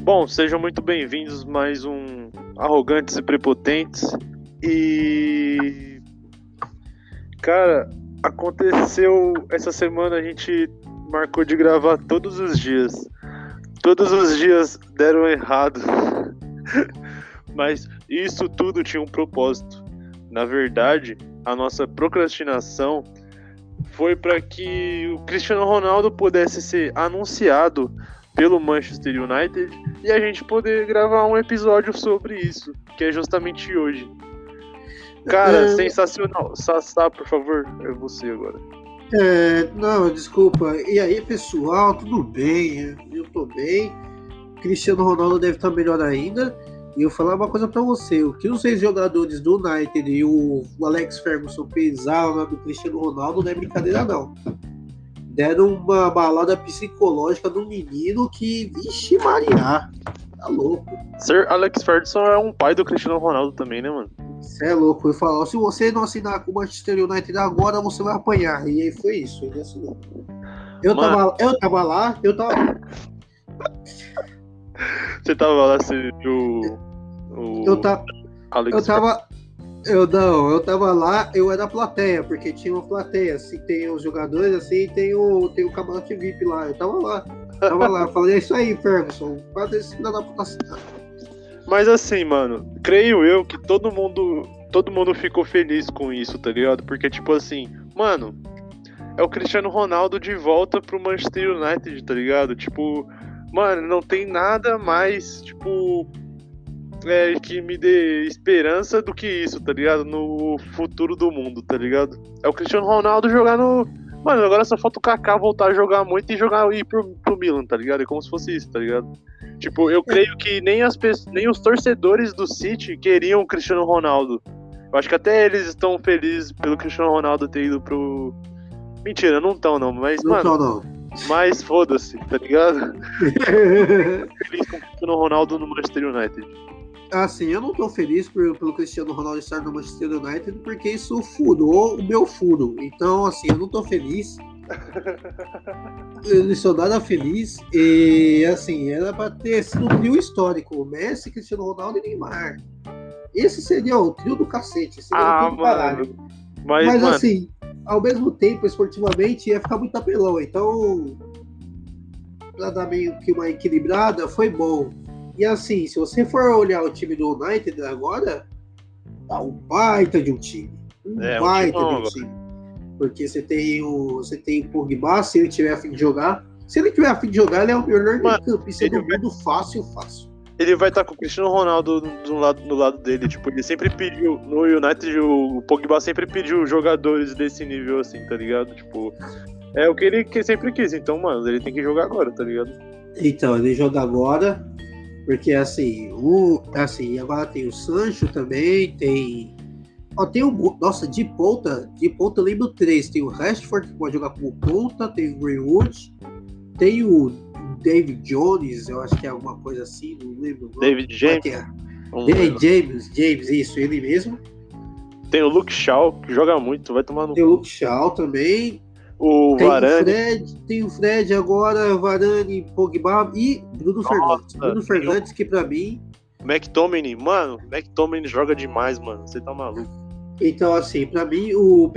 Bom, sejam muito bem-vindos a mais um Arrogantes e Prepotentes. E, cara, aconteceu essa semana, a gente marcou de gravar todos os dias. Todos os dias deram errado. Mas isso tudo tinha um propósito. Na verdade, a nossa procrastinação foi para que o Cristiano Ronaldo pudesse ser anunciado pelo Manchester United e a gente poder gravar um episódio sobre isso, que é justamente hoje. Cara, sensacional. Sassá, por favor, é você agora. Não, desculpa. E aí, pessoal, tudo bem? Eu tô bem. Cristiano Ronaldo deve estar melhor ainda. E eu vou falar uma coisa pra você. O que os ex-jogadores do United e o Alex Ferguson pesaram do Cristiano Ronaldo não é brincadeira, não. Deram uma balada psicológica do menino que, vixe Maria, tá louco. Sir Alex Ferguson é um pai do Cristiano Ronaldo também, né, mano? Você é louco. Eu falo, se você não assinar com o Manchester United agora, você vai apanhar. E aí foi isso, ele assinou. Eu tava lá. Você tava lá, você viu Eu tava lá, eu era plateia, porque tinha uma plateia, assim, tem os jogadores, assim, tem o camarote VIP lá, eu tava lá, falei, é isso aí, Ferguson, faz esse filho da puta assinar. Mas assim, mano, creio eu que todo mundo ficou feliz com isso, tá ligado? Porque, tipo assim, mano, é o Cristiano Ronaldo de volta pro Manchester United, tá ligado? Tipo, mano, não tem nada mais, tipo, que me dê esperança do que isso, tá ligado? No futuro do mundo, tá ligado? É o Cristiano Ronaldo jogar no... Mano, agora só falta o Kaká voltar a jogar muito e ir pro Milan, tá ligado? É como se fosse isso, tá ligado? Tipo, eu creio que nem os torcedores do City queriam o Cristiano Ronaldo. Eu acho que até eles estão felizes pelo Cristiano Ronaldo ter ido pro... Mentira, não estão não, mas, Não mano... tô, não. Mas foda-se, tá ligado? Feliz com o Cristiano Ronaldo no Manchester United. Assim, eu não tô feliz pelo Cristiano Ronaldo estar no Manchester United, porque isso furou o meu furo. Então, assim, eu não tô feliz. Eu não sou nada feliz. E, assim, era pra ter sido um trio histórico: Messi, Cristiano Ronaldo e Neymar. Esse seria o trio do cacete. Seria tudo parado. Mas, mano, assim, ao mesmo tempo, esportivamente, ia ficar muito apelão. Então, pra dar meio que uma equilibrada, foi bom. E assim, se você for olhar o time do United agora, tá um baita de um time. Baita de um time. Porque você tem o Pogba, se ele tiver a fim de jogar. Se ele tiver a fim de jogar, ele é o melhor meio-campista do mundo, fácil. Ele vai estar com o Cristiano Ronaldo do lado dele. Tipo, ele sempre pediu, no United, o Pogba sempre pediu jogadores desse nível, assim, tá ligado? Tipo, é o que ele sempre quis. Então, mano, ele tem que jogar agora, tá ligado? Então, ele joga agora. Porque assim, agora tem o Sancho também, tem o... Nossa, de ponta eu lembro 3. Tem o Rashford, que pode jogar como ponta, tem o Greenwood, tem o David Jones, eu acho que é alguma coisa assim, não lembro. David James. James, isso, ele mesmo. Tem o Luke Shaw, que joga muito, vai tomar no... Tem o Luke Shaw também. Varane. Tem o Fred agora, Varane, Pogba e Bruno Fernandes. Bruno Fernandes, que pra mim... McTominay, mano, McTominay joga demais, mano, você tá maluco. Então, assim, pra mim, o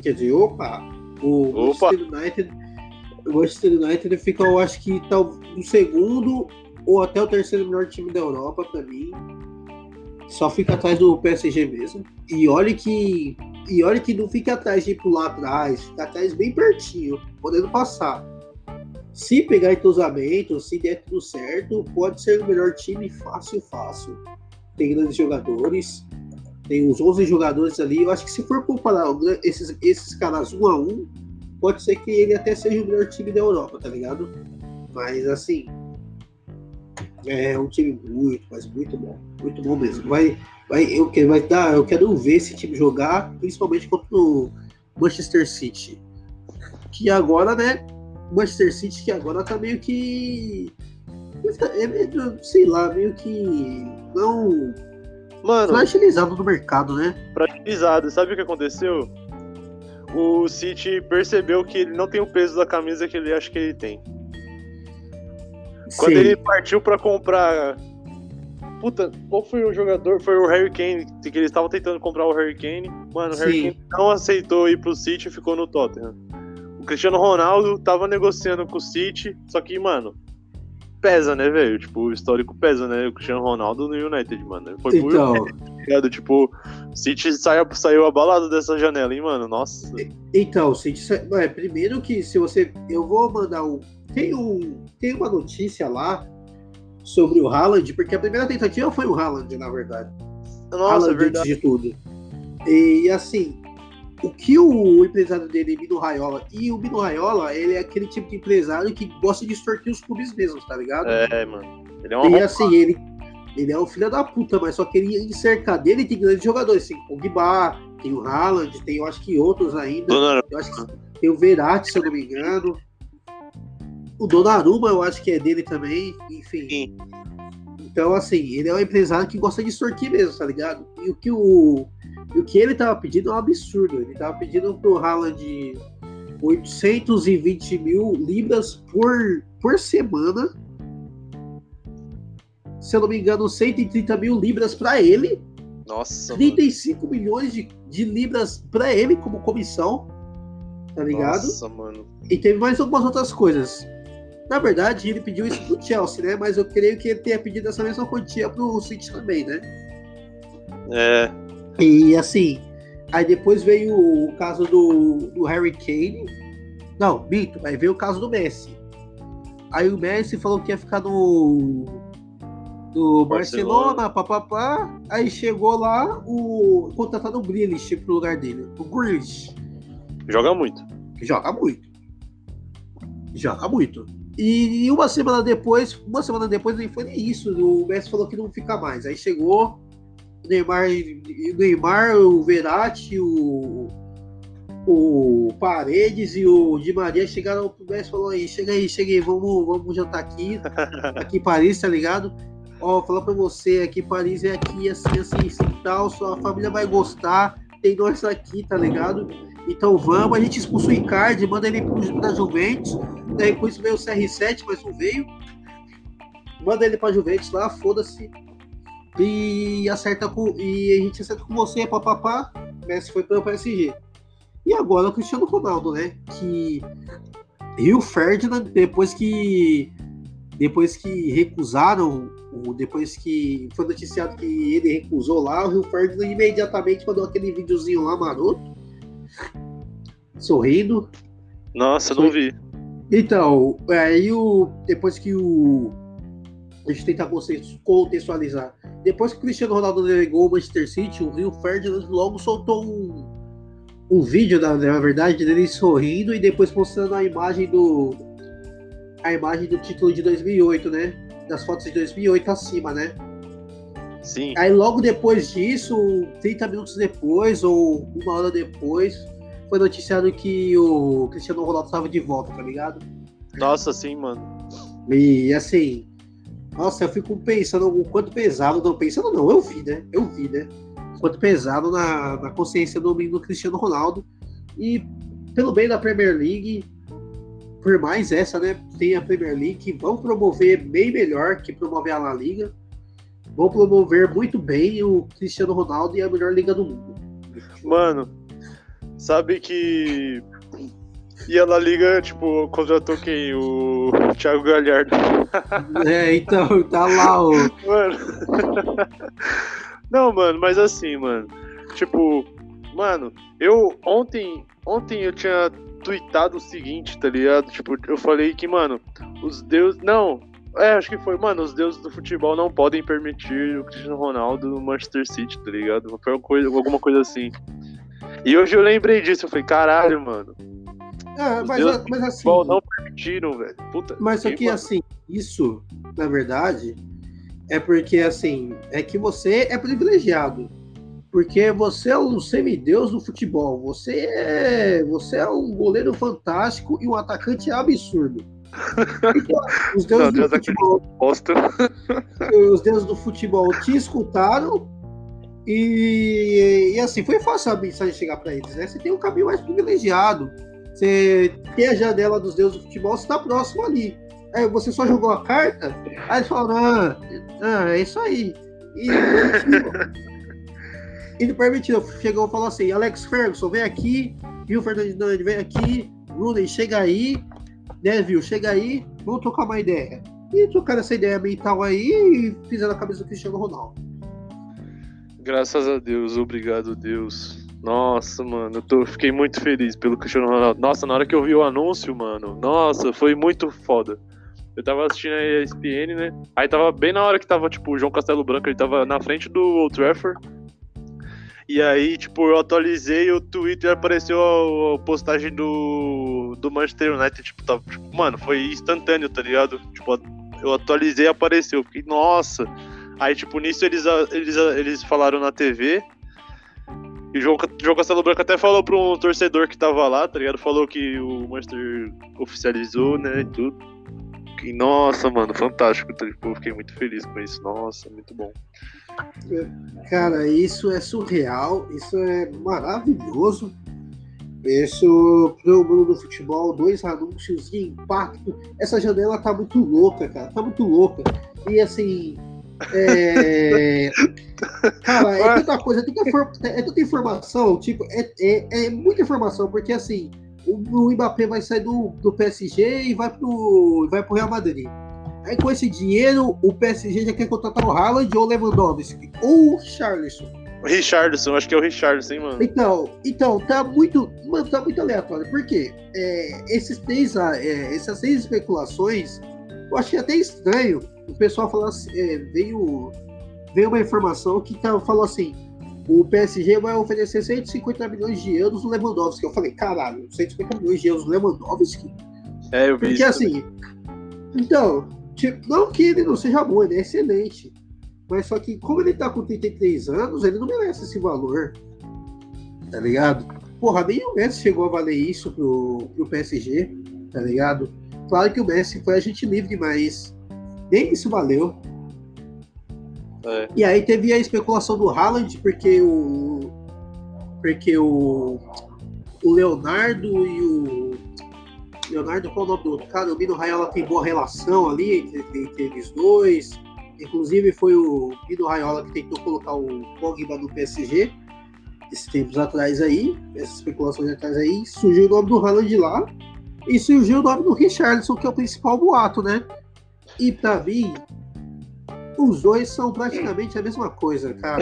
Manchester United fica, eu acho que tá no segundo ou até o terceiro melhor time da Europa, pra mim. Só fica atrás do PSG mesmo. E olha que não fica atrás de ir pro lá atrás, fica atrás bem pertinho, podendo passar. Se pegar entrosamento, se der tudo certo, pode ser o melhor time fácil. Tem grandes jogadores, tem uns 11 jogadores ali. Eu acho que se for comparar esses caras 1 a 1, pode ser que ele até seja o melhor time da Europa, tá ligado? Mas assim, é um time muito bom mesmo. Eu quero ver esse time jogar, principalmente contra o Manchester City. Que agora, né? Manchester City que agora tá meio que... sei lá, meio que... não... Mano, fragilizado no mercado, né? Fragilizado. Sabe o que aconteceu? O City percebeu que ele não tem o peso da camisa que ele acha que ele tem. Quando ele partiu pra comprar... Puta, qual foi o jogador? Foi o Harry Kane, que eles estavam tentando comprar o Harry Kane. Mano, o Harry Kane não aceitou ir pro City e ficou no Tottenham. O Cristiano Ronaldo tava negociando com o City, só que, mano, pesa, né, velho? Tipo, o histórico pesa, né? O Cristiano Ronaldo no United, mano. Foi por United, tipo, o City saiu abalado dessa janela, hein, mano? Nossa. Então, o City primeiro que se você... Eu vou mandar tem uma notícia lá sobre o Haaland, porque a primeira tentativa foi o Haaland, na verdade. Nossa, Haaland, é verdade. antes de tudo. E assim, o que o empresário dele, Mino Raiola, e o Mino Raiola, ele é aquele tipo de empresário que gosta de extorquir os clubes mesmo, tá ligado? Mano. Ele é uma e assim, ele é um filho da puta, mas só que ele em cerca dele tem grandes jogadores, assim, o Pogba, tem o Haaland, tem eu acho que outros ainda. Eu acho que tem o Verratti, se eu não me engano. O Donnarumma, eu acho que é dele também, enfim. Sim. Então, assim, ele é um empresário que gosta de extorquir mesmo, tá ligado? E o que ele tava pedindo é um absurdo. Ele tava pedindo pro Haaland 820 mil libras por semana. Se eu não me engano, 130 mil libras pra ele. Nossa, 35 mano. Milhões de libras pra ele como comissão, tá ligado? Nossa, mano. E teve mais algumas outras coisas. Na verdade, ele pediu isso pro Chelsea, né? Mas eu creio que ele tenha pedido essa mesma quantia pro City também, né? E assim, aí depois veio o caso do Harry Kane. Não, minto, aí veio o caso do Messi. Aí o Messi falou que ia ficar no Barcelona, papapá. Aí chegou lá contratado o Grealish pro lugar dele. O Grealish. Joga muito. E uma semana depois nem foi nem isso. O Messi falou que não fica mais. Aí chegou o Neymar, o Verratti, o Paredes e o Di Maria chegaram pro Messi e falaram aí, chega aí, vamos jantar aqui em Paris, tá ligado? Ó, falar pra você, aqui Paris é aqui, assim, tal, sua família vai gostar, tem nós aqui, tá ligado? Então vamos, a gente expulsa o Icardi, manda ele da Juventus, daí depois veio o CR7, mas não veio. Manda ele pra Juventus lá, foda-se. E a gente acerta com você, papapá. Messi foi pro PSG. E agora o Cristiano Ronaldo, né? Que Rio Ferdinand, depois que recusaram, depois que foi noticiado que ele recusou lá, o Rio Ferdinand imediatamente mandou aquele videozinho lá maroto, sorrindo. Nossa, não vi. Então, aí depois que a gente tentar contextualizar, depois que o Cristiano Ronaldo negou o Manchester City, o Rio Ferdinand logo soltou um vídeo, na verdade, dele sorrindo e depois mostrando a imagem do título de 2008, né? Das fotos de 2008 acima, né? Sim. Aí logo depois disso, 30 minutos depois ou uma hora depois, foi noticiado que o Cristiano Ronaldo estava de volta, tá ligado? Nossa, sim, mano. E assim, nossa, eu fico pensando o quanto pesado, eu vi, né? Quanto pesado na consciência do Cristiano Ronaldo. E pelo bem da Premier League, por mais essa, né, tem a Premier League, que vão promover bem melhor que promover a La Liga. Vão promover muito bem o Cristiano Ronaldo e a melhor liga do mundo. Mano, sabe que... E a La Liga, tipo, contratou quem? O Thiago Galhardo. Então, tá lá o... Mano... Não, mano, mas assim, mano. Tipo, mano, ontem eu tinha tweetado o seguinte, tá ligado? Tipo, eu falei que, mano, os deuses... Não, acho que foi, mano, os deuses do futebol não podem permitir o Cristiano Ronaldo no Manchester City, tá ligado? Foi alguma coisa assim. E hoje eu lembrei disso, eu falei, caralho, mano. Mas assim... não permitiram, velho. Puta. Mas só que, mano, assim, isso, na verdade, é porque, assim, é que você é privilegiado. Porque você é um semideus do futebol. Você é um goleiro fantástico e um atacante absurdo. Então, os deuses do futebol... Os deuses do futebol te escutaram e assim, foi fácil a mensagem chegar para eles, né? Você tem um caminho mais privilegiado. Você tem a janela dos deuses do futebol, você está próximo ali. Aí você só jogou a carta? Aí eles falaram, é isso aí. E não permitiu. Chegou e falou assim, Alex Ferguson, vem aqui, Rio Ferdinand, vem aqui, Rooney, chega aí, Neville, chega aí, vamos trocar uma ideia. E trocaram essa ideia mental aí e fizeram a cabeça do Cristiano Ronaldo. Graças a Deus, obrigado, Deus. Nossa, mano, fiquei muito feliz pelo Cristiano Ronaldo. Nossa, na hora que eu vi o anúncio, mano, nossa, foi muito foda. Eu tava assistindo a ESPN, né? Aí tava bem na hora que tava, tipo, o João Castelo Branco, ele tava na frente do Old Trafford. E aí, tipo, eu atualizei o Twitter e apareceu a postagem do Manchester United, tipo, mano, foi instantâneo, tá ligado? Tipo, eu atualizei e apareceu. Fiquei, nossa. Aí, tipo, nisso eles falaram na TV. E o João Castelo Branco até falou pra um torcedor que tava lá, tá ligado? Falou que o Manchester oficializou, né, e tudo. E, nossa, mano, fantástico. Tipo, eu fiquei muito feliz com isso. Nossa, muito bom. Cara, isso é surreal, isso é maravilhoso. Isso, pro mundo do futebol, 2 anúncios de impacto. Essa janela tá muito louca, cara. Tá muito louca. E assim. Cara, é tanta coisa, é tanta informação. Tipo, é muita informação, porque assim, o Mbappé vai sair do PSG e vai pro Real Madrid. Aí com esse dinheiro, o PSG já quer contratar o Haaland ou o Lewandowski ou o Richarlison. O Richarlison, acho que é o Richarlison, hein, mano? Então, tá muito aleatório. Por quê? Essas 6 especulações, eu achei até estranho. O pessoal falou assim, veio uma informação que falou assim, o PSG vai oferecer 150 milhões de euros no Lewandowski. Eu falei, caralho, 150 milhões de euros no Lewandowski? Eu vi. Porque assim, então, tipo, não que ele não seja bom, ele é excelente. Mas só que, como ele tá com 33 anos, ele não merece esse valor. Tá ligado? Porra, nem o Messi chegou a valer isso pro PSG, tá ligado? Claro que o Messi foi agente livre, mas nem isso valeu. E aí teve a especulação do Haaland, porque o Leonardo e o Leonardo, qual é o nome do outro cara? O Mino Raiola tem boa relação ali entre eles dois. Inclusive foi o Mino Raiola que tentou colocar o Pogba no PSG esses tempos atrás aí, essas especulações atrás aí, surgiu o nome do Haaland lá e surgiu o nome do Richarlison, que é o principal boato, né? E pra mim, os dois são praticamente a mesma coisa, cara.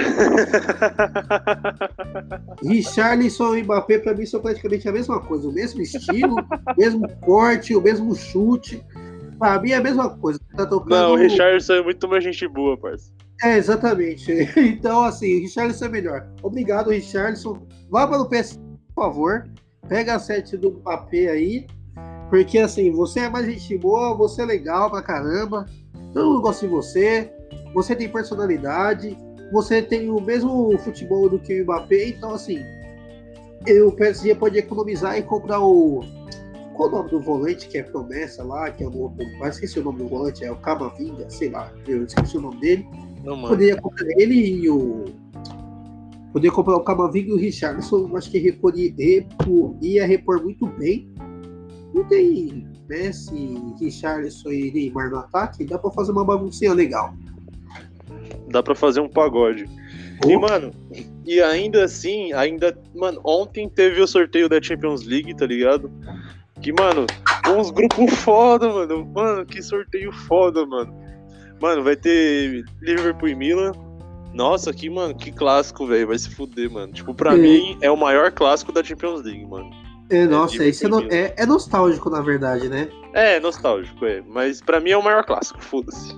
Richarlison e Mbappé pra mim são praticamente a mesma coisa, o mesmo estilo, o mesmo corte, o mesmo chute. Pra mim é a mesma coisa. Tá tocando... Não, o Richarlison é muito mais gente boa, parça. Exatamente. Então, assim, o Richarlison é melhor. Obrigado, Richarlison. Vá para o PS, por favor. Pega a 7 do Mbappé aí. Porque, assim, você é mais gente boa, você é legal pra caramba. Todo mundo gosta de você. Você tem personalidade. Você tem o mesmo futebol do que o Mbappé. Então, assim, o PSG pode economizar e comprar o... Qual o nome do volante que é promessa lá? Que é o mas esqueci o nome do volante, é o Camavinga, sei lá, eu esqueci o nome dele. Poderia comprar ele e o. Poderia comprar o Camavinga e o Richarlison, acho que ia repor muito bem. Não tem Messi, Richarlison e Neymar no ataque, dá pra fazer uma baguncinha legal. Dá pra fazer um pagode. E, mano, e ainda assim, mano, ontem teve o sorteio da Champions League, tá ligado? Que, mano, uns grupos foda, mano. Mano, que sorteio foda, mano. Mano, vai ter Liverpool e Milan. Nossa, mano, que clássico, velho. Vai se fuder, mano. Tipo, pra mim, é o maior clássico da Champions League, mano. Nossa, isso é nostálgico, na verdade, né? É nostálgico, mas pra mim é o maior clássico, foda-se.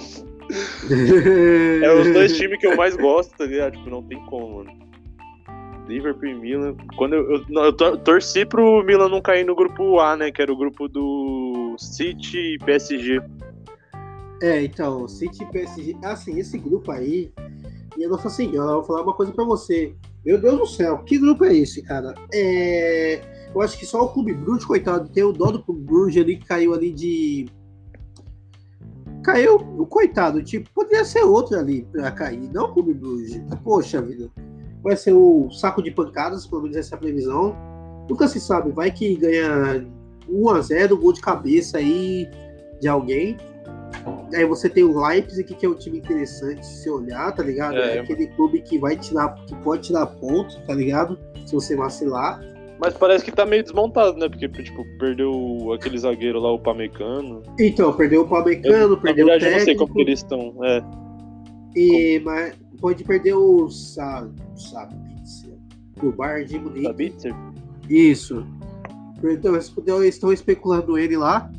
É os 2 times que eu mais gosto, tá ligado? Tipo, não tem como, mano. Liverpool e Milan. Quando eu torci pro Milan não cair no grupo A, né? Que era o grupo do City e PSG. Então, City e PSG. Assim, esse grupo aí. Minha Nossa Senhora, eu vou falar uma coisa pra você. Meu Deus do céu, que grupo é esse, cara? Eu acho que só o Clube Brugge, coitado, tem o dó do Clube Brugge ali que caiu ali de. Caiu o coitado, tipo, poderia ser outro ali pra cair, não o Clube Brugge. Poxa vida. Vai ser o saco de pancadas, pelo menos essa é a previsão. Nunca se sabe, vai que ganha 1-0, gol de cabeça aí, de alguém. Aí você tem o Leipzig, que é um time interessante se você olhar, tá ligado? É aquele clube que pode tirar ponto, tá ligado? Se você vacilar. Mas parece que tá meio desmontado, né? Porque, tipo, perdeu aquele zagueiro lá, o Pamecano. Então, perdeu o Pamecano, perdeu o técnico. Eu não sei como que eles estão, Mas pode perder o Sabitzer, o Bayern de Munique. Sabitzer? Isso. Então, eles estão especulando ele lá.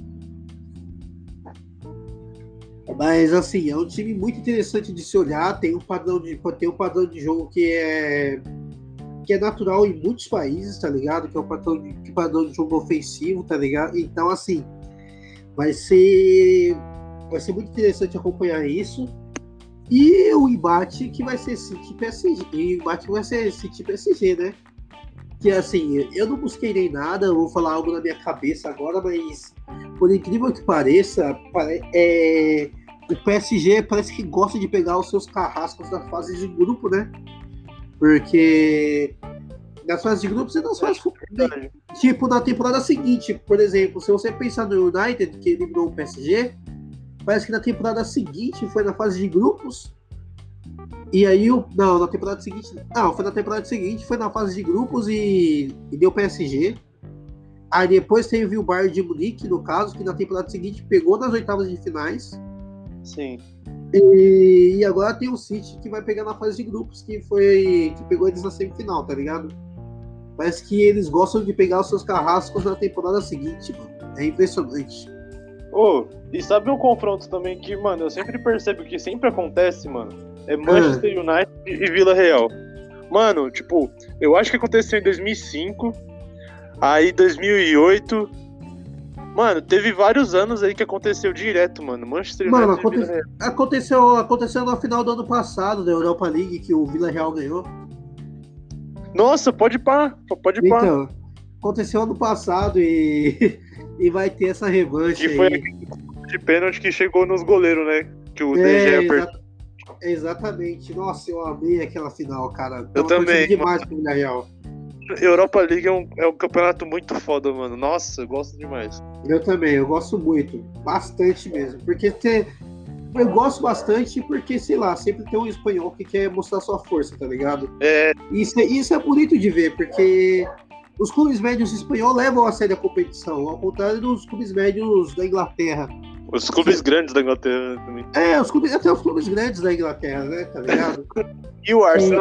Mas, assim, é um time muito interessante de se olhar. Tem um padrão de jogo que é natural em muitos países, tá ligado? Que é um padrão de jogo ofensivo, tá ligado? Então, assim, vai ser muito interessante acompanhar isso. E o embate que vai ser City PSG. E o embate que vai ser City PSG, né? Que, assim, eu não busquei nem nada, eu vou falar algo na minha cabeça agora, mas por incrível que pareça, o PSG parece que gosta de pegar os seus carrascos da fase de grupo, né? Porque nas fases de grupos você não faz tipo na temporada seguinte, por exemplo, se você pensar no United, que eliminou o PSG, parece que na temporada seguinte foi na fase de grupos. E aí, na temporada seguinte. Não, foi na temporada seguinte, foi na fase de grupos e deu PSG. Aí depois teve o Bayern de Munique, no caso, que na temporada seguinte pegou nas oitavas de finais. Sim. E agora tem o City que vai pegar na fase de grupos, que pegou eles na semifinal, tá ligado? Parece que eles gostam de pegar os seus carrascos na temporada seguinte, mano. É impressionante. E sabe um confronto também que, mano, eu sempre percebo que sempre acontece, mano? É Manchester United e Vila Real. Mano, tipo, eu acho que aconteceu em 2005, aí 2008. Mano, teve vários anos aí que aconteceu direto, mano. Manchester United e Vila Real. Aconteceu na final do ano passado, da Europa League, que o Vila Real ganhou. Nossa, pode pá. Então, aconteceu ano passado e vai ter essa revanche que aí. Foi aquele de pênalti que chegou nos goleiros, né? Que o De Gea Exatamente. Nossa, eu amei aquela final, cara. Eu também. Demais pro Vila Real. Europa League é um campeonato muito foda, mano. Nossa, eu gosto demais. Eu também, eu gosto muito. Bastante mesmo. Porque eu gosto bastante porque, sei lá, sempre tem um espanhol que quer mostrar sua força, tá ligado? Isso é bonito de ver, porque os clubes médios espanhóis levam a sério a competição, ao contrário dos clubes médios da Inglaterra. Os clubes grandes da Inglaterra também. Até os clubes grandes da Inglaterra, né? Tá ligado? E o Arsenal?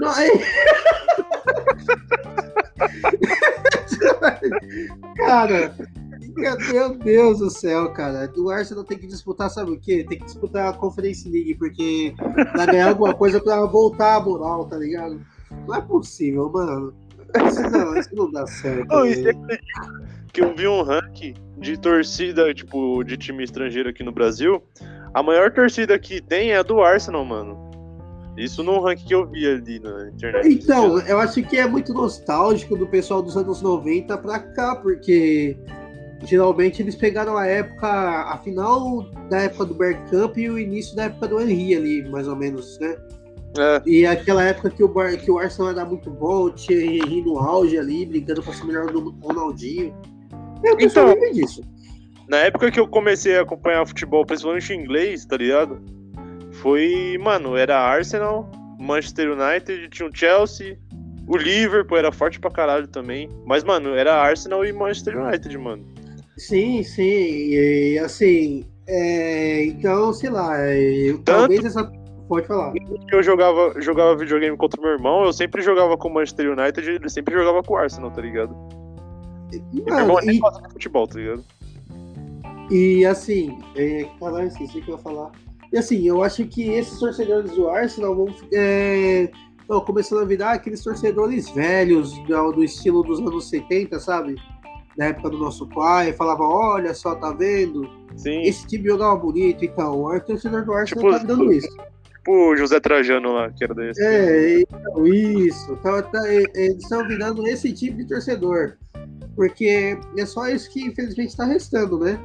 Cara, meu Deus do céu, cara. O Arsenal tem que disputar, sabe o quê? Tem que disputar a Conference League, porque vai ganhar alguma coisa pra voltar a moral, tá ligado? Não é possível, mano. Isso não dá certo. Que eu vi um ranking de torcida, tipo, de time estrangeiro aqui no Brasil. A maior torcida que tem é a do Arsenal, mano. Isso num ranking que eu vi ali na internet. Então, eu acho que é muito nostálgico do pessoal dos anos 90 pra cá, porque geralmente eles pegaram a final da época do Bergkamp e o início da época do Henry ali, mais ou menos, né? E aquela época que o Arsenal era muito bom, tinha Henry no auge ali, brigando pra ser melhor do Ronaldinho. Então, disso. Na época que eu comecei a acompanhar futebol, principalmente em inglês, tá ligado? Foi, mano, era Arsenal, Manchester United, tinha o Chelsea, o Liverpool era forte pra caralho também. Mas, mano, era Arsenal e Manchester United, mano. Sim, e assim, então, sei lá, talvez essa... Pode falar. Eu jogava videogame contra o meu irmão, eu sempre jogava com o Manchester United e ele sempre jogava com o Arsenal, tá ligado? Meu irmão nem gosta de futebol, tá ligado? E assim, caralho, esqueci o que eu ia falar. E assim, eu acho que esses torcedores do Arsenal estão começando a virar aqueles torcedores velhos do estilo dos anos 70, sabe? Na época do nosso pai, falava, olha só, tá vendo? Sim. Esse time jogava bonito, então o torcedor do Arsenal tá dando isso. Tipo o José Trajano lá, que era desse. Então, isso. Eles estão virando esse tipo de torcedor. Porque é só isso que infelizmente tá restando, né?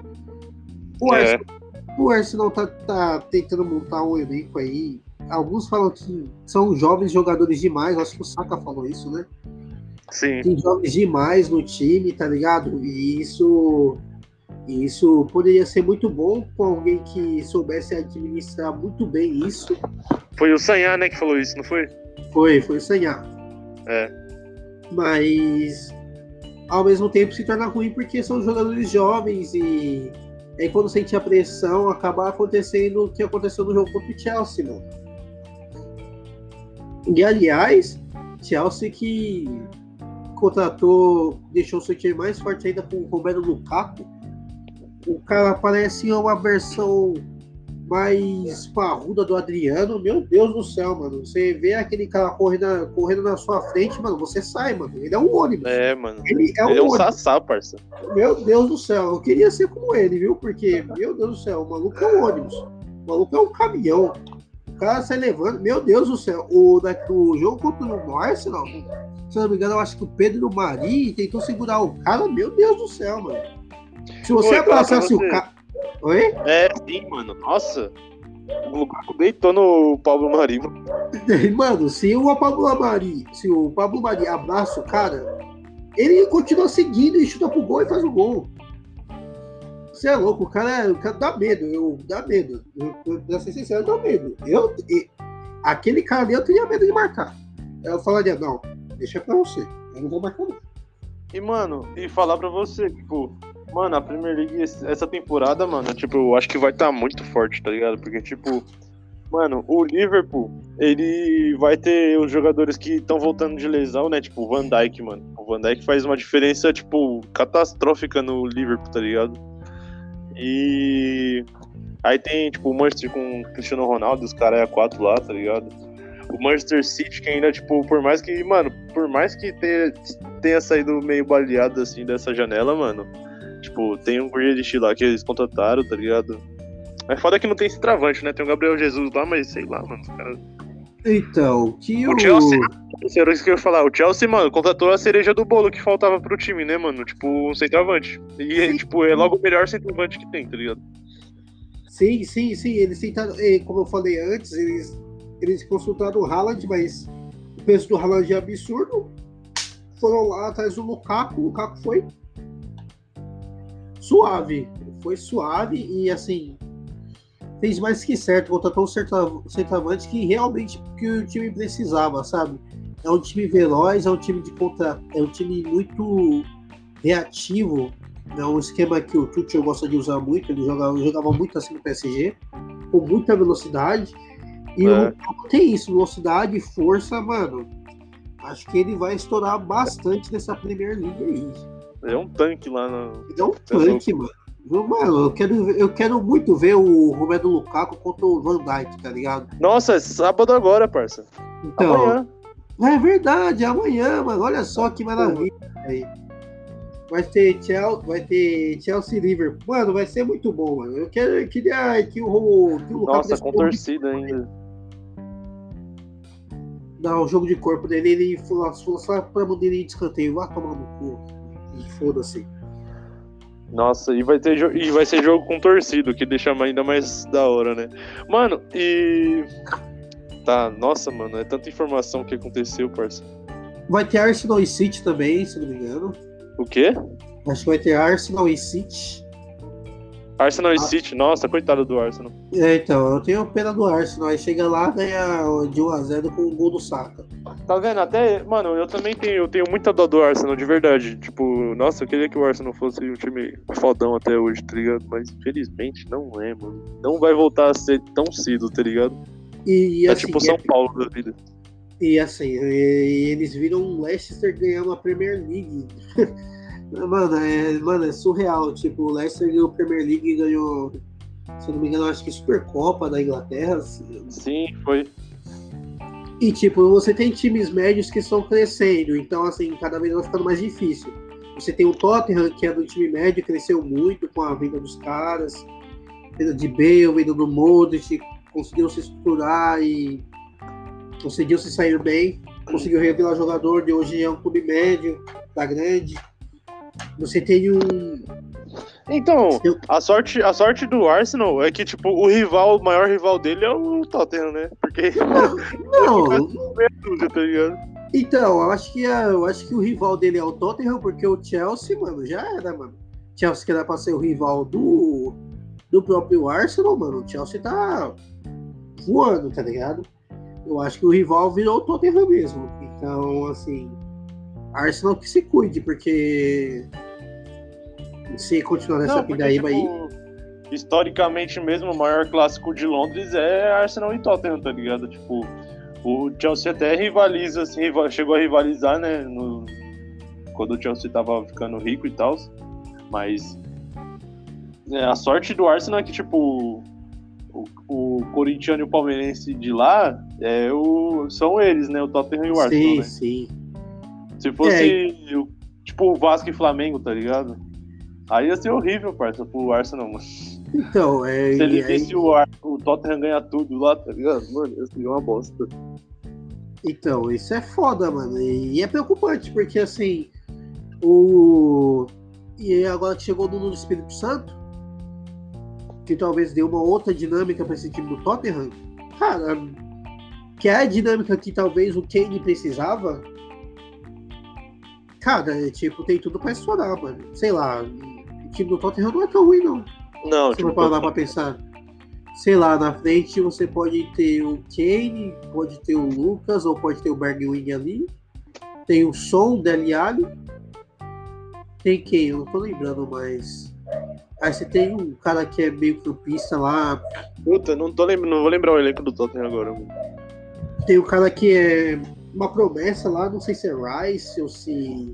O Arsenal tá tentando montar um elenco aí. Alguns falam que são jovens jogadores demais. Acho que o Saka falou isso, né? Sim. Tem jovens demais no time, tá ligado? E isso E isso poderia ser muito bom com alguém que soubesse administrar muito bem isso. Foi o Sanhá, né, que falou isso, não foi? Foi o Sanhá. É. Mas, ao mesmo tempo, se torna ruim porque são jogadores jovens e aí quando sente a pressão, acaba acontecendo o que aconteceu no jogo contra o Chelsea, mano. E, aliás, Chelsea que contratou, deixou o seu time mais forte ainda com o Romelu Lukaku. O cara parece uma versão mais parruda do Adriano. Meu Deus do céu, mano. Você vê aquele cara correndo na sua frente, mano, você sai, mano. Ele é um ônibus. É, mano. Ele é um ônibus. Sassá, parça. Meu Deus do céu. Eu queria ser como ele, viu? Porque, meu Deus do céu, o maluco é um ônibus. O maluco é um caminhão. O cara sai levando. Meu Deus do céu. O jogo contra o Arsenal, se eu não me engano, eu acho que o Pedro Mari tentou segurar o cara. Meu Deus do céu, mano. Se você abraçasse o cara. Oi? É, sim, mano. Nossa. O Lukaku deitou no Pablo Mari, mano. Mano, se o Pablo Mari abraça o cara, ele continua seguindo e chuta pro gol e faz o gol. Você é louco, o cara dá medo. Dá medo. Pra ser sincero, dá medo. Aquele cara ali eu teria medo de marcar. Eu falaria, não, deixa pra você. Eu não vou marcar não. E, mano, falar pra você, tipo, mano, a Premier League essa temporada, mano, tipo, eu acho que vai estar muito forte, tá ligado? Porque, tipo, mano, o Liverpool, ele vai ter os jogadores que estão voltando de lesão, né? Tipo, o Van Dijk, mano. O Van Dijk faz uma diferença, tipo, catastrófica no Liverpool, tá ligado? E aí tem, tipo, o Manchester com o Cristiano Ronaldo, os caras é 4 lá, tá ligado? O Manchester City, que ainda, tipo, por mais que tenha saído meio baleado, assim, dessa janela, mano, tipo, tem um Grealish lá que eles contrataram, tá ligado? É foda que não tem esse travante, né? Tem o Gabriel Jesus lá, mas sei lá, mano, cara... Então, que o Chelsea, era isso que eu ia falar, o Chelsea, mano, contratou a cereja do bolo que faltava pro time, né, mano? Tipo, um centroavante. E, tipo, é logo o melhor centroavante que tem, tá ligado? Sim, eles tentaram, como eu falei antes, eles consultaram o Haaland, mas o preço do Haaland é absurdo. Foram lá atrás do Lukaku, o Lukaku foi suave. Foi suave e, assim, fez mais que certo. Contratou um centroavante que realmente que o time precisava, sabe? É um time veloz, é um time é um time muito reativo. É um esquema que o Tuchel gosta de usar muito. Ele jogava muito assim no PSG, com muita velocidade. E o Lukaku tem isso, velocidade e força, mano. Acho que ele vai estourar bastante nessa Premier League aí. Ele é um tanque lá no... Ele é um tanque, mano. Mano, eu quero muito ver o Romelu Lukaku contra o Van Dijk, tá ligado? Nossa, é sábado agora, parça. Então, amanhã. É verdade, amanhã, mano. Olha só que maravilha aí. Vai ter Chelsea e Liverpool. Mano, vai ser muito bom, mano. Eu queria que o Lukaku... Nossa, com torcida ainda. Não, o jogo de corpo dele, ele falou só pra bandeirinha de escanteio. Vai tomar no cu. E foda-se. Nossa, e vai ser jogo com torcida, que deixa ainda mais da hora, né? Mano, tá, nossa, mano, é tanta informação que aconteceu, parça. Vai ter Arsenal e City também, se não me engano. O quê? Acho que vai ter Arsenal e City. Arsenal e City, nossa, coitado do Arsenal. Então, eu tenho pena do Arsenal. Aí chega lá, ganha de 1-0 com o gol do Saka. Tá vendo? Até, mano, eu também tenho muita dó do Arsenal, de verdade. Tipo, nossa, eu queria que o Arsenal fosse um time fodão até hoje, tá ligado? Mas infelizmente não é, mano. Não vai voltar a ser tão cedo, tá ligado? É assim, tipo São Paulo da vida. E assim, eles viram um Leicester ganhando a Premier League. Mano, é surreal. Tipo, o Leicester ganhou a Premier League e ganhou, se eu não me engano, acho que Supercopa da Inglaterra. Sim, foi. E, tipo, você tem times médios que estão crescendo. Então, assim, cada vez vai ficando mais difícil. Você tem o Tottenham, que é do time médio, cresceu muito com a venda dos caras. Venda de Bale, venda do Modric. Conseguiu se estruturar e conseguiu se sair bem. Conseguiu revelar jogador de hoje é um clube médio, da grande. Você tem um... Então, a sorte do Arsenal é que, tipo, o maior rival dele é o Tottenham, né? Porque... Não. Tá ligado? Então, eu acho que o rival dele é o Tottenham, porque o Chelsea, mano, já era, mano. Chelsea que era pra ser o rival do próprio Arsenal, mano, o Chelsea tá voando, tá ligado? Eu acho que o rival virou o Tottenham mesmo. Então, assim, Arsenal que se cuide, porque se continuar nessa pindaíba aí. Historicamente mesmo, o maior clássico de Londres é Arsenal e Tottenham, tá ligado? Tipo, o Chelsea até rivaliza, assim, chegou a rivalizar, né? Quando o Chelsea tava ficando rico e tal. Mas a sorte do Arsenal é que, tipo, o corintiano e o palmeirense de lá são eles, né? O Tottenham e o Arsenal, sim, né? Sim. Se fosse, tipo, o Vasco e Flamengo, tá ligado? Aí ia ser horrível, parça, pro Arsenal, mano. Então, Se ele visse o Tottenham ganhar tudo lá, tá ligado? Mano, ia ser uma bosta. Então, isso é foda, mano. E é preocupante, porque assim, E agora que chegou no Espírito Santo, que talvez dê uma outra dinâmica para esse time do Tottenham, cara, que é a dinâmica que talvez o Kane precisava, cara, tipo, tem tudo pra estourar, mano. Sei lá, o time do Tottenham não é tão ruim, não. Não, você vai parar pra pensar. Sei lá, na frente você pode ter o Kane, pode ter o Lucas, ou pode ter o Bergwijn ali. Tem o Son, o Dele Alli. Tem quem? Eu não tô lembrando mais. Aí você tem um cara que é meio campista lá. Puta, não vou lembrar o elenco do Tottenham agora, mano. Tem um cara que é uma promessa lá, não sei se é Rice ou se...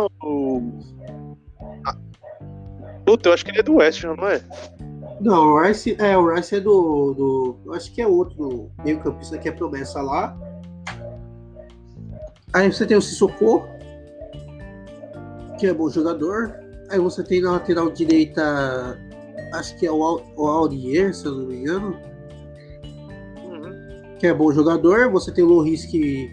Puta, eu acho que ele é do West Ham, não é? Não, o Rice é do... Eu acho que é outro meio campista que é promessa lá. Aí você tem o Sissoko, que é bom jogador. Aí você tem na lateral direita, acho que é o Aurier, se eu não me engano, que é bom jogador. Você tem o Lloris, que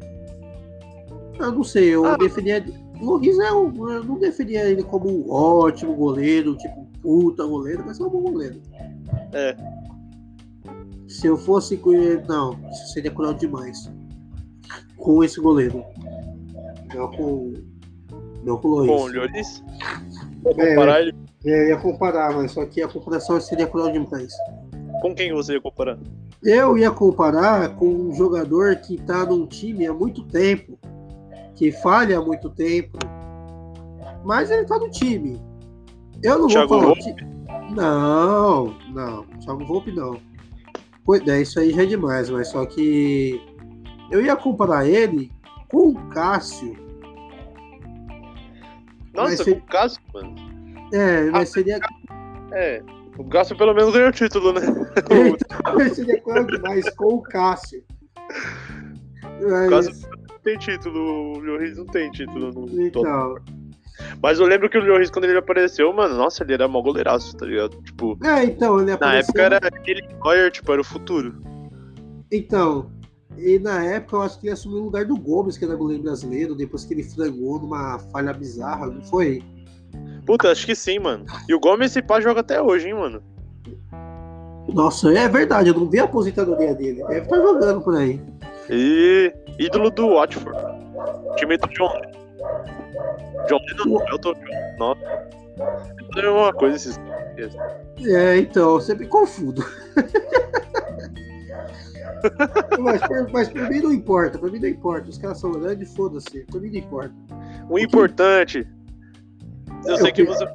eu não sei, definia Lloris eu não definia ele como um ótimo goleiro, tipo puta goleiro, mas é um bom goleiro. É. Se eu fosse com ele, não, isso seria cruel demais com esse goleiro. Não com o Lloris. Com o Lloris? Comparar ele? Eu ia comparar, mas só que a comparação seria cruel demais. Com quem você ia comparar? Eu ia comparar com um jogador que está num time há muito tempo, que falha há muito tempo, mas ele está no time. Eu não Thiago vou falar... Volpe? Não. Thiago Volpe não. Isso aí já é demais, mas só que eu ia comparar ele com o Cássio. Nossa, com o Cássio, mano. Mas seria... O Cássio pelo menos ganhou o título, né? Então, seria claro demais com o Cássio. Mas... O Cássio não tem título, o Lloris não tem título. Então... Mas eu lembro que o Lloris, quando ele apareceu, mano, nossa, ele era mó goleiraço, tá ligado? Tipo, então, ele apareceu... Na época era aquele Neuer, tipo, era o futuro. Então, e na época eu acho que ele assumiu o lugar do Gomes, que era goleiro brasileiro, depois que ele frangou numa falha bizarra, não foi? Puta, acho que sim, mano. E o Gomes, esse pá, joga até hoje, hein, mano. Nossa, é verdade, eu não vi a aposentadoria dele. Deve estar jogando por aí. E ídolo do Watford. Time do John. John não, eu tô... Nossa. É uma coisa esses... Então, eu sempre confundo. mas pra mim não importa, Os caras são grandes, foda-se. Pra mim não importa. O importante... Eu sei que você...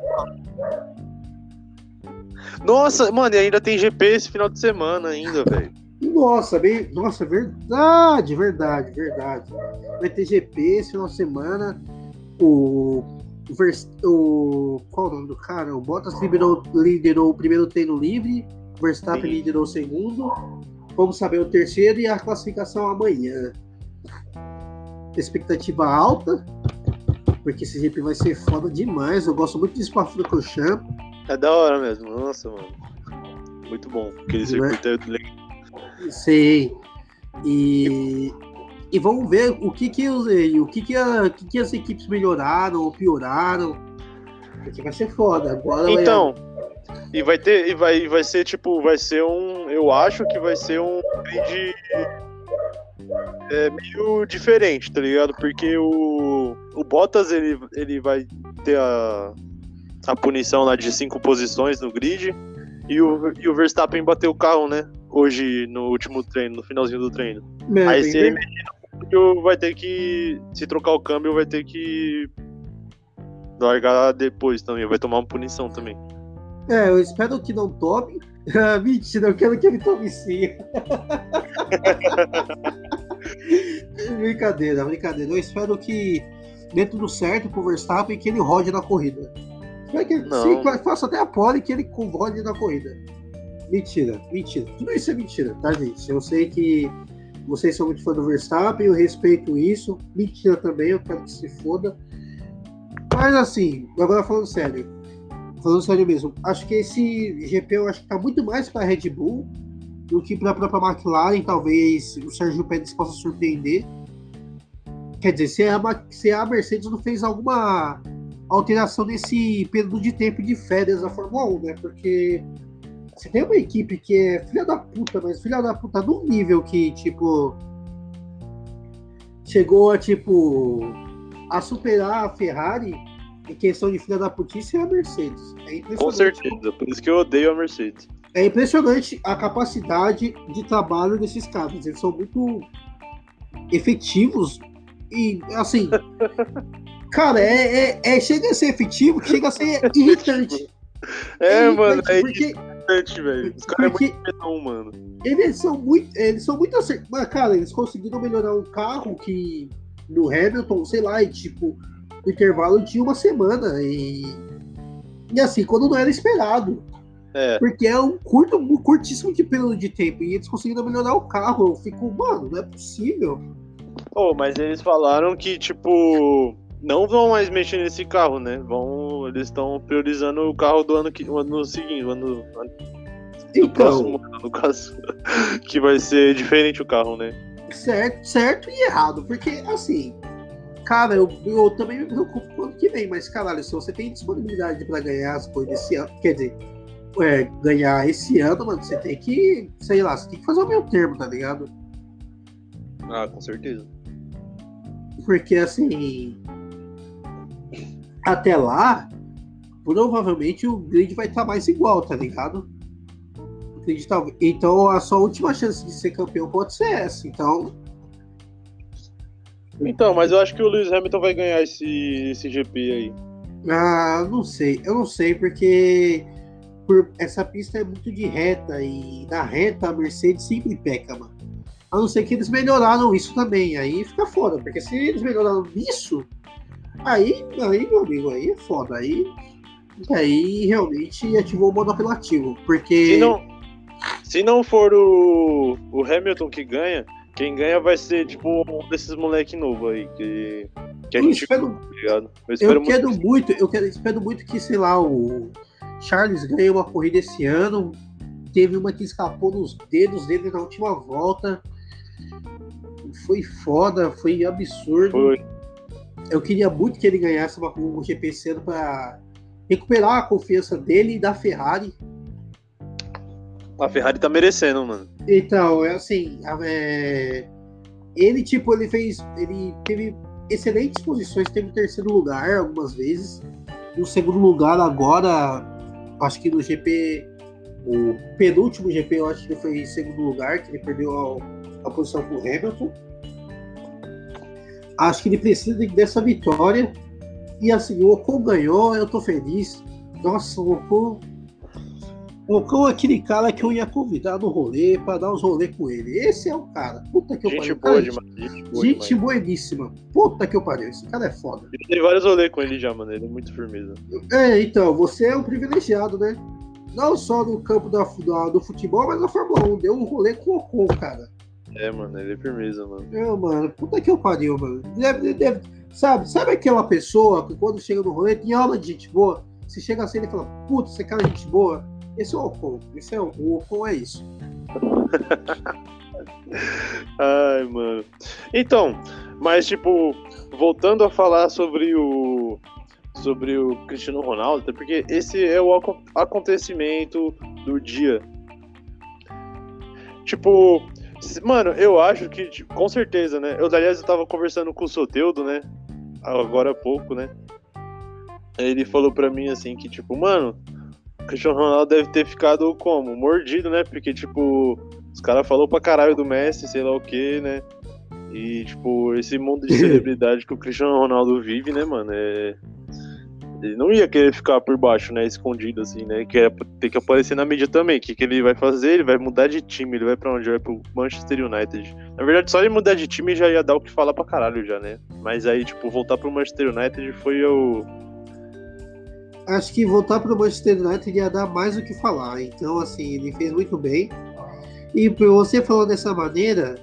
Nossa, mano, e ainda tem GP esse final de semana ainda, velho. Nossa, verdade. Vai ter GP esse final de semana. Qual é o nome do cara? O Bottas liderou o primeiro treino livre, o Verstappen liderou o segundo. Vamos saber o terceiro e a classificação amanhã. Expectativa alta, porque esse GP vai ser foda demais. Eu gosto muito de Spa-Francorchamps. É da hora mesmo, nossa, mano. Muito bom. Aquele circuito é legal. Sei. E vamos ver o que as equipes melhoraram ou pioraram. Porque vai ser foda. Agora então, vai ser tipo, eu acho que vai ser um grid meio diferente, tá ligado? Porque o Bottas, ele vai ter a punição lá de 5 posições no grid. E o Verstappen bateu o carro, né? Hoje, no último treino, no finalzinho do treino. Aí se ele mexer no câmbio, vai ter que... Se trocar o câmbio, vai ter que largar depois também. Vai tomar uma punição também. Eu espero que não tome. Mentira, eu quero que ele tome sim. Brincadeira. Eu espero que dê tudo certo pro Verstappen e que ele rode na corrida. Espero que ele faça até a pole e que ele rode na corrida. Mentira. Tudo isso é mentira, tá, gente? Eu sei que vocês são muito fã do Verstappen, eu respeito isso. Mentira também, eu quero que se foda. Mas assim, agora falando sério mesmo, acho que esse GP eu acho que tá muito mais pra Red Bull do que pra própria McLaren. Talvez o Sérgio Pérez possa surpreender. Quer dizer, se a Mercedes não fez alguma alteração nesse período de tempo de férias da Fórmula 1, né? Porque você tem uma equipe que é filha da puta, mas filha da puta num nível que, tipo, chegou a superar a Ferrari em questão de filha da putice é a Mercedes. É impressionante. Com certeza, por isso que eu odeio a Mercedes. É impressionante a capacidade de trabalho desses caras. Eles são muito efetivos e, assim, cara, chega a ser efetivo, chega a ser irritante. Mano, irritante, velho. Os caras é muito pedão, mano. Eles são muito acertados. Mas, cara, eles conseguiram melhorar um carro que no Hamilton, sei lá, tipo, no intervalo de uma semana. E assim, quando não era esperado. Porque é um curtíssimo de período de tempo. E eles conseguiram melhorar o carro. Eu fico, mano, não é possível. Mas eles falaram que, tipo, não vão mais mexer nesse carro, né? Eles estão priorizando o carro do ano seguinte, do próximo ano, no caso. Que vai ser diferente o carro, né? Certo e errado. Porque, assim, cara, eu também me preocupo com o ano que vem. Mas, caralho, se você tem disponibilidade pra ganhar as coisas esse ano, quer dizer, ganhar esse ano, mano, você tem que, sei lá, você tem que fazer o meu termo, tá ligado? Ah, com certeza. Porque, assim, até lá, provavelmente o grid vai estar mais igual, tá ligado? Então, a sua última chance de ser campeão pode ser essa. Então, mas eu acho que o Lewis Hamilton vai ganhar esse GP aí. Eu não sei, porque essa pista é muito de reta, e na reta a Mercedes sempre peca, mano. A não ser que eles melhoraram isso também, aí fica foda, porque se eles melhoraram isso, aí meu amigo, aí é foda, aí realmente ativou o modo apelativo, porque... Se não for o Hamilton que ganha, quem ganha vai ser, tipo, um desses moleque novo aí, que a gente... Espero muito que, sei lá, o Charles ganhe uma corrida esse ano. Teve uma que escapou nos dedos dele na última volta. Foi foda, foi absurdo. Foi. Eu queria muito que ele ganhasse um GP esse ano pra recuperar a confiança dele e da Ferrari. A Ferrari tá merecendo, mano. Então, é assim, ele teve excelentes posições, teve o terceiro lugar algumas vezes. No segundo lugar agora, acho que no GP, o penúltimo GP, eu acho que ele foi em segundo lugar, que ele perdeu a posição pro Hamilton. Acho que ele precisa dessa vitória. E assim, o Ocon ganhou, eu tô feliz. Nossa, o Ocon é aquele cara que eu ia convidar no rolê pra dar uns rolês com ele. Esse é o cara. Puta que eu pariu. Gente bueníssima. Puta que eu pariu. Esse cara é foda. Eu tenho vários rolês com ele já, mano. Ele é muito firmeza. Então, você é um privilegiado, né? Não só no campo do futebol, mas na Fórmula 1. Deu um rolê com o Ocon, cara. Mano, ele é firmeza, mano. Mano, puta que eu pariu, mano. Sabe aquela pessoa que quando chega no rolê tem aula de gente boa? Você chega assim e fala, puta, esse cara é gente boa. Esse é o Ocon. O Ocon é isso. Ai, mano. Então, mas tipo, voltando a falar sobre o Cristiano Ronaldo, até porque esse é o acontecimento do dia. Tipo, mano, eu acho que, tipo, com certeza, né? Aliás, eu tava conversando com o Soteldo, né? Agora há pouco, né? Aí ele falou pra mim assim que, tipo, mano, o Cristiano Ronaldo deve ter ficado como? Mordido, né? Porque, tipo, os caras falaram pra caralho do Messi, sei lá o que, né? E, tipo, esse mundo de celebridade que o Cristiano Ronaldo vive, né, mano? Ele não ia querer ficar por baixo, né? Escondido, assim, né? Que ter que aparecer na mídia também. O que ele vai fazer? Ele vai mudar de time. Ele vai pra onde? Vai pro Manchester United. Na verdade, só ele mudar de time já ia dar o que falar pra caralho já, né? Mas aí, tipo, voltar pro Manchester United foi o... Acho que voltar pro Manchester United ia dar mais o que falar. Então, assim, ele fez muito bem. E por você falando dessa maneira,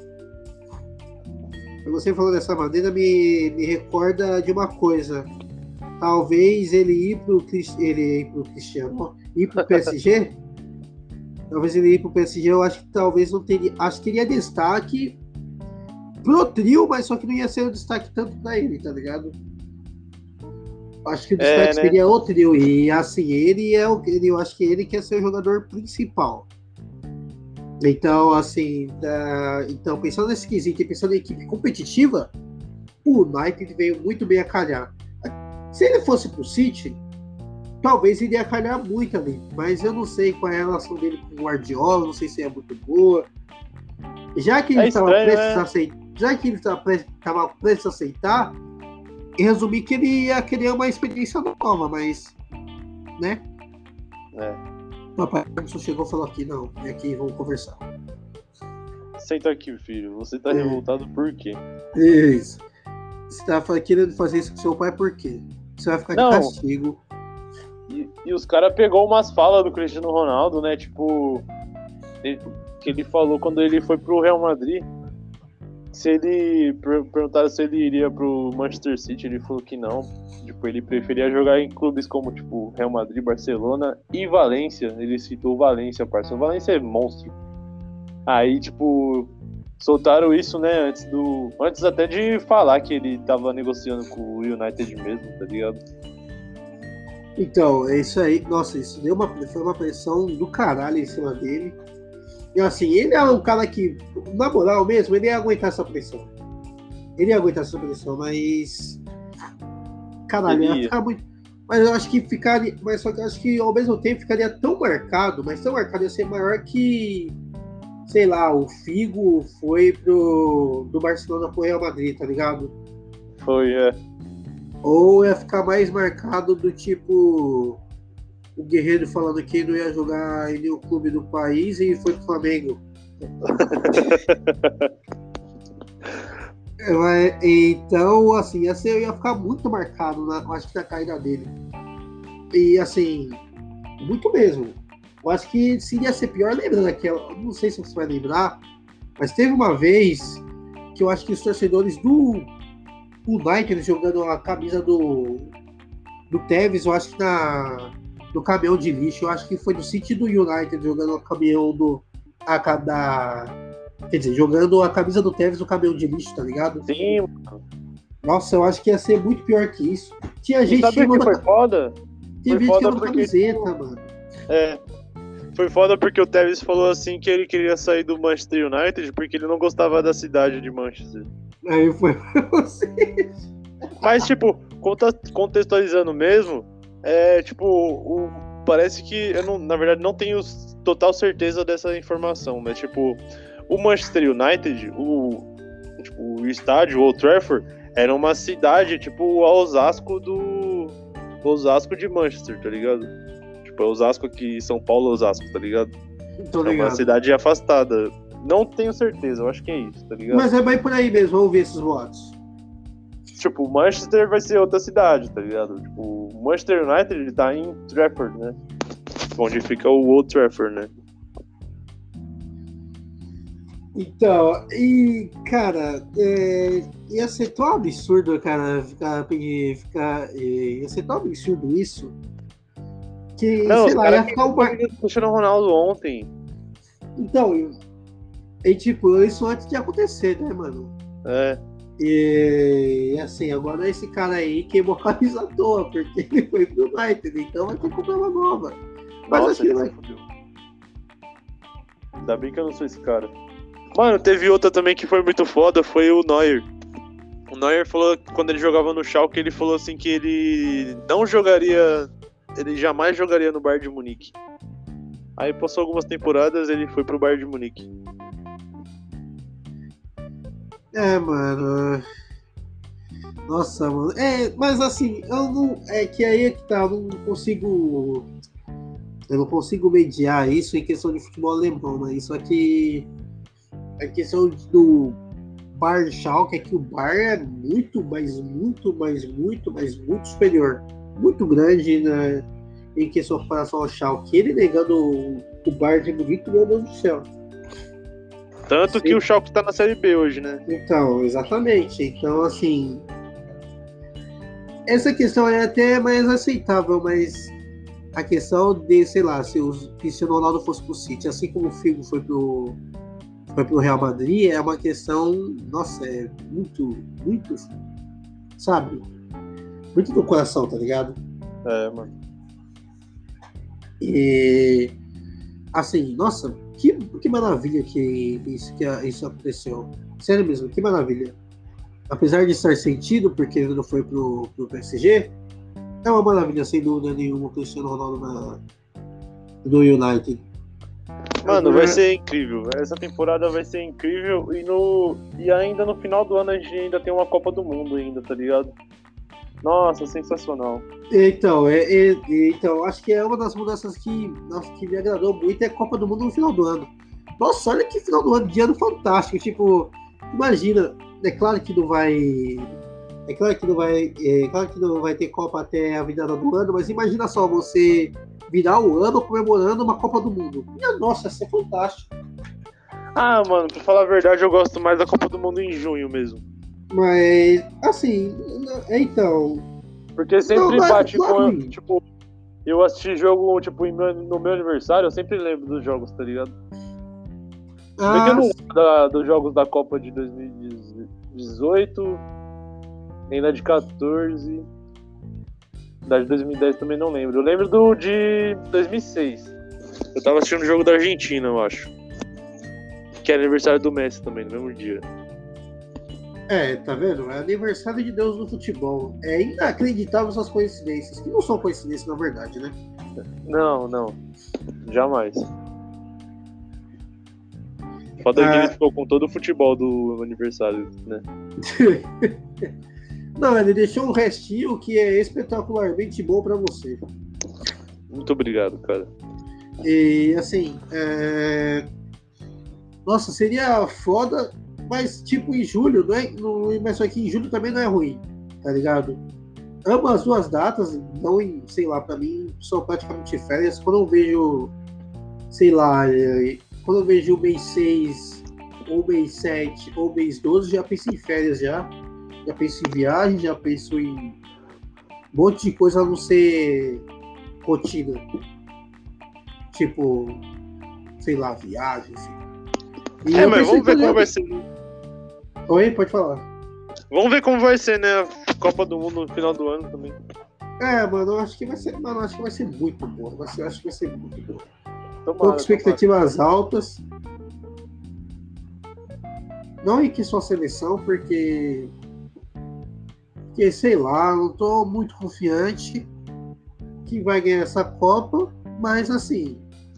me recorda de uma coisa. Talvez ele ir pro Cristiano, ir pro PSG. Talvez ele ir pro PSG, eu acho que talvez não teria. Acho que teria destaque pro trio, mas só que não ia ser o destaque tanto pra ele, tá ligado? Acho que o destaque né? seria o trio. E assim, eu acho que ele quer ser o jogador principal. Então, assim, então pensando nesse quesito e pensando em equipe competitiva, o United veio muito bem a calhar. Se ele fosse pro City, talvez iria calhar muito ali, mas eu não sei qual é a relação dele com o Guardiola, não sei se é muito boa. Já que ele estava prestes a aceitar, em resumir que ele ia querer uma experiência nova, mas, né? Papai só chegou e falou aqui, não, é aqui, vamos conversar. Senta aqui, filho. Você tá revoltado por quê? Isso. Você tá querendo fazer isso com seu pai por quê? Você vai ficar de castigo. E os caras pegou umas falas do Cristiano Ronaldo, né? Tipo, que ele falou quando ele foi pro Real Madrid. Perguntaram se ele iria pro Manchester City, ele falou que não. Tipo, ele preferia jogar em clubes como, tipo, Real Madrid, Barcelona e Valência. Ele citou o Valência, parceiro. O Valência é monstro. Aí, tipo, soltaram isso, né, antes até de falar que ele tava negociando com o United mesmo, tá ligado? Então, é isso aí. Nossa, isso foi uma pressão do caralho em cima dele. E assim, ele é um cara que, na moral mesmo, ele ia aguentar essa pressão. Mas... Caralho, ia ficar muito... Mas eu acho que ficaria... Mas só que eu acho que ao mesmo tempo ficaria tão marcado, mas tão marcado, ia ser maior que... Sei lá, o Figo foi do Barcelona pro Real Madrid, tá ligado? Foi, Ou ia ficar mais marcado do tipo... O Guerreiro falando que não ia jogar em nenhum clube do país e foi pro Flamengo. Então, assim, ia ficar muito marcado, acho que na carreira dele. E, assim, muito mesmo. Eu acho que iria ser pior, lembrando aquela. Não sei se você vai lembrar, mas teve uma vez que eu acho que os torcedores do United jogando a camisa do Tevez, eu acho que no caminhão de lixo, eu acho que foi do City do United jogando o caminhão quer dizer, jogando a camisa do Tevez no caminhão de lixo, tá ligado? Sim, mano. Nossa, eu acho que ia ser muito pior que isso. Tinha gente que foi foda? Tinha gente que mandou camiseta, mano. Foi foda porque o Tevez falou assim que ele queria sair do Manchester United porque ele não gostava da cidade de Manchester. Aí foi você. Mas, tipo, contextualizando mesmo, parece que eu na verdade não tenho total certeza dessa informação, mas tipo, o Manchester United, o estádio, o Old Trafford, era uma cidade, tipo, o Osasco de Manchester, tá ligado? Tipo, é Osasco aqui, São Paulo, Osasco, tá ligado? Tô ligado. É uma cidade afastada. Não tenho certeza, eu acho que é isso, tá ligado? Mas é bem por aí mesmo, vamos ver esses votos. Tipo, Manchester vai ser outra cidade, tá ligado? Tipo, o Manchester United, ele tá em Trafford, né? Onde fica o Old Trafford, né? Então, cara, ia ser tão absurdo, cara, ia ser tão absurdo isso, que, não, sei lá, ia ficar o Cristiano Ronaldo ontem. Então, tipo, isso antes de acontecer, né, mano? E assim, agora esse cara aí queimou a camisa à toa, porque ele foi pro United, então vai ter que comprar uma nova. Mas nossa, acho que vai. Ainda bem que eu não sou esse cara. Mano, teve outra também que foi muito foda, foi o Neuer. O Neuer falou que quando ele jogava no Schalke, ele falou assim que ele não jogaria, ele jamais jogaria no Bayern de Munique. Aí passou algumas temporadas, ele foi pro Bayern de Munique. Mano. Nossa, mano. Mas assim, eu não. É que aí é que tá, eu não consigo. Eu não consigo mediar isso em questão de futebol alemão, né? Isso aqui. A questão do Bayern Schalke é que o Bayern é muito superior. Muito grande, né? Em questão de comparação ao Schalke. Ele negando o Bayern de Munique, meu Deus do céu. Tanto que o Schalke tá na Série B hoje, né? Então, exatamente. Então, assim, essa questão é até mais aceitável, mas a questão de, sei lá, se o Cristiano Ronaldo fosse pro City, assim como o Figo foi pro Real Madrid, é uma questão, nossa, é muito, sabe? Muito do coração, tá ligado? Mano. E, assim, nossa, que maravilha que isso aconteceu. Sério mesmo, que maravilha. Apesar de estar sentido, porque ele não foi pro PSG, é uma maravilha, sem dúvida nenhuma, o Cristiano Ronaldo no United. Mano, vai ser incrível. Essa temporada vai ser incrível. E ainda no final do ano a gente ainda tem uma Copa do Mundo ainda, tá ligado? Nossa, sensacional. Então, então, acho que é uma das mudanças que me agradou muito é a Copa do Mundo no final do ano. Nossa, olha que final do ano, de ano fantástico. Tipo, imagina, é claro que não vai ter Copa até a virada do ano, mas imagina só, você virar o ano comemorando uma Copa do Mundo. Minha nossa, isso é fantástico. Ah, mano, pra falar a verdade, eu gosto mais da Copa do Mundo em junho mesmo. Mas, assim, então... Porque sempre bate com... Tipo, eu assisti jogo, tipo, no meu aniversário, eu sempre lembro dos jogos, tá ligado? Porque eu não lembro dos jogos da Copa de 2018, nem da de 14... Da de 2010 também não lembro. Eu lembro de 2006. Eu tava assistindo o jogo da Argentina, eu acho. Que era aniversário do Messi também, no mesmo dia. Tá vendo? É aniversário de Deus no futebol. É inacreditável essas coincidências, que não são coincidências na verdade, né? Não. Jamais. Foda que ele ficou com todo o futebol do aniversário, né? Não, ele deixou um restinho que é espetacularmente bom pra você. Muito obrigado, cara. E, assim, nossa, seria foda, mas, tipo, em julho, mas só que em julho também não é ruim, tá ligado? Amo as duas datas, não, sei lá, pra mim, são praticamente férias. Quando eu vejo, sei lá, quando eu vejo o mês 6, ou mês 7, ou mês 12, já penso em férias já. Já penso em viagem, já penso em um monte de coisa a não ser rotina. Tipo, sei lá, viagem, assim. Mas vamos ver como vai ser. Oi, pode falar. Vamos ver como vai ser, né? A Copa do Mundo no final do ano também. Mano, eu acho que vai ser muito bom. Eu acho que vai ser muito bom. Tô com expectativas altas. Não em que só seleção, porque sei lá, não tô muito confiante que vai ganhar essa Copa, mas assim,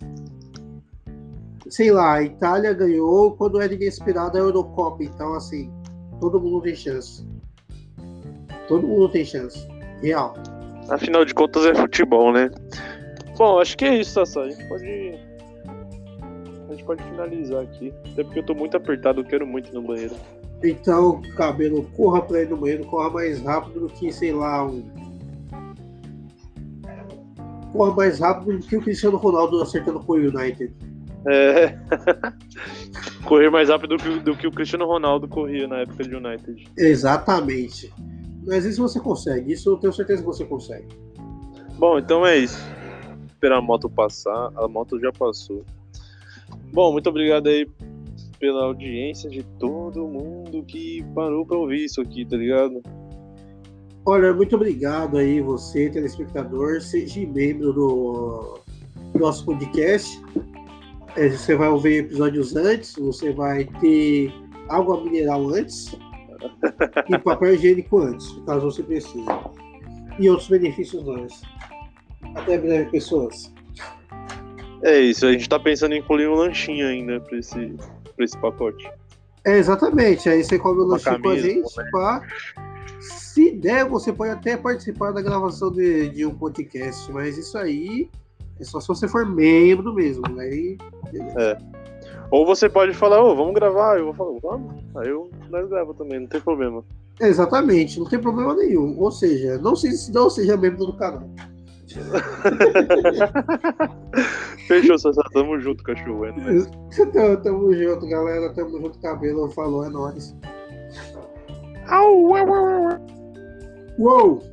sei lá, a Itália ganhou quando era inesperado a Eurocopa, então assim, todo mundo tem chance. Todo mundo tem chance, real. Afinal de contas é futebol, né? Bom, acho que é isso, Sassá. A gente pode finalizar aqui, até porque eu tô muito apertado, eu quero muito ir no banheiro. Então, cabelo, corra pra ir no banheiro, corra mais rápido do que, sei lá, corra mais rápido do que o Cristiano Ronaldo acertando com o United. Correr mais rápido do que o Cristiano Ronaldo corria na época de United. Exatamente. Mas isso você consegue, isso eu tenho certeza que você consegue. Bom, então é isso. Esperar a moto passar, a moto já passou. Bom, muito obrigado aí pela audiência de todo mundo que parou pra ouvir isso aqui, tá ligado? Olha, muito obrigado aí você, telespectador, seja membro do nosso podcast. Você vai ouvir episódios antes, você vai ter água mineral antes. E papel higiênico antes, caso você precise. E outros benefícios mais. Até breve, pessoas. É isso, a gente tá pensando em incluir um lanchinho ainda pra esse pacote. Exatamente, aí você come o lanchinho com a camisa, gente, pá. Se der, você pode até participar da gravação de um podcast, mas isso aí é só se você for membro mesmo, aí beleza. Ou você pode falar, vamos gravar, eu vou falar, vamos. Aí nós gravo também, não tem problema. Exatamente, não tem problema nenhum. Ou seja, não seja membro do canal. Fechou, Sassá, tamo junto, cachorro. É nóis. Tamo junto, galera. Tamo junto, cabelo. Falou, é nóis. Au, Uou!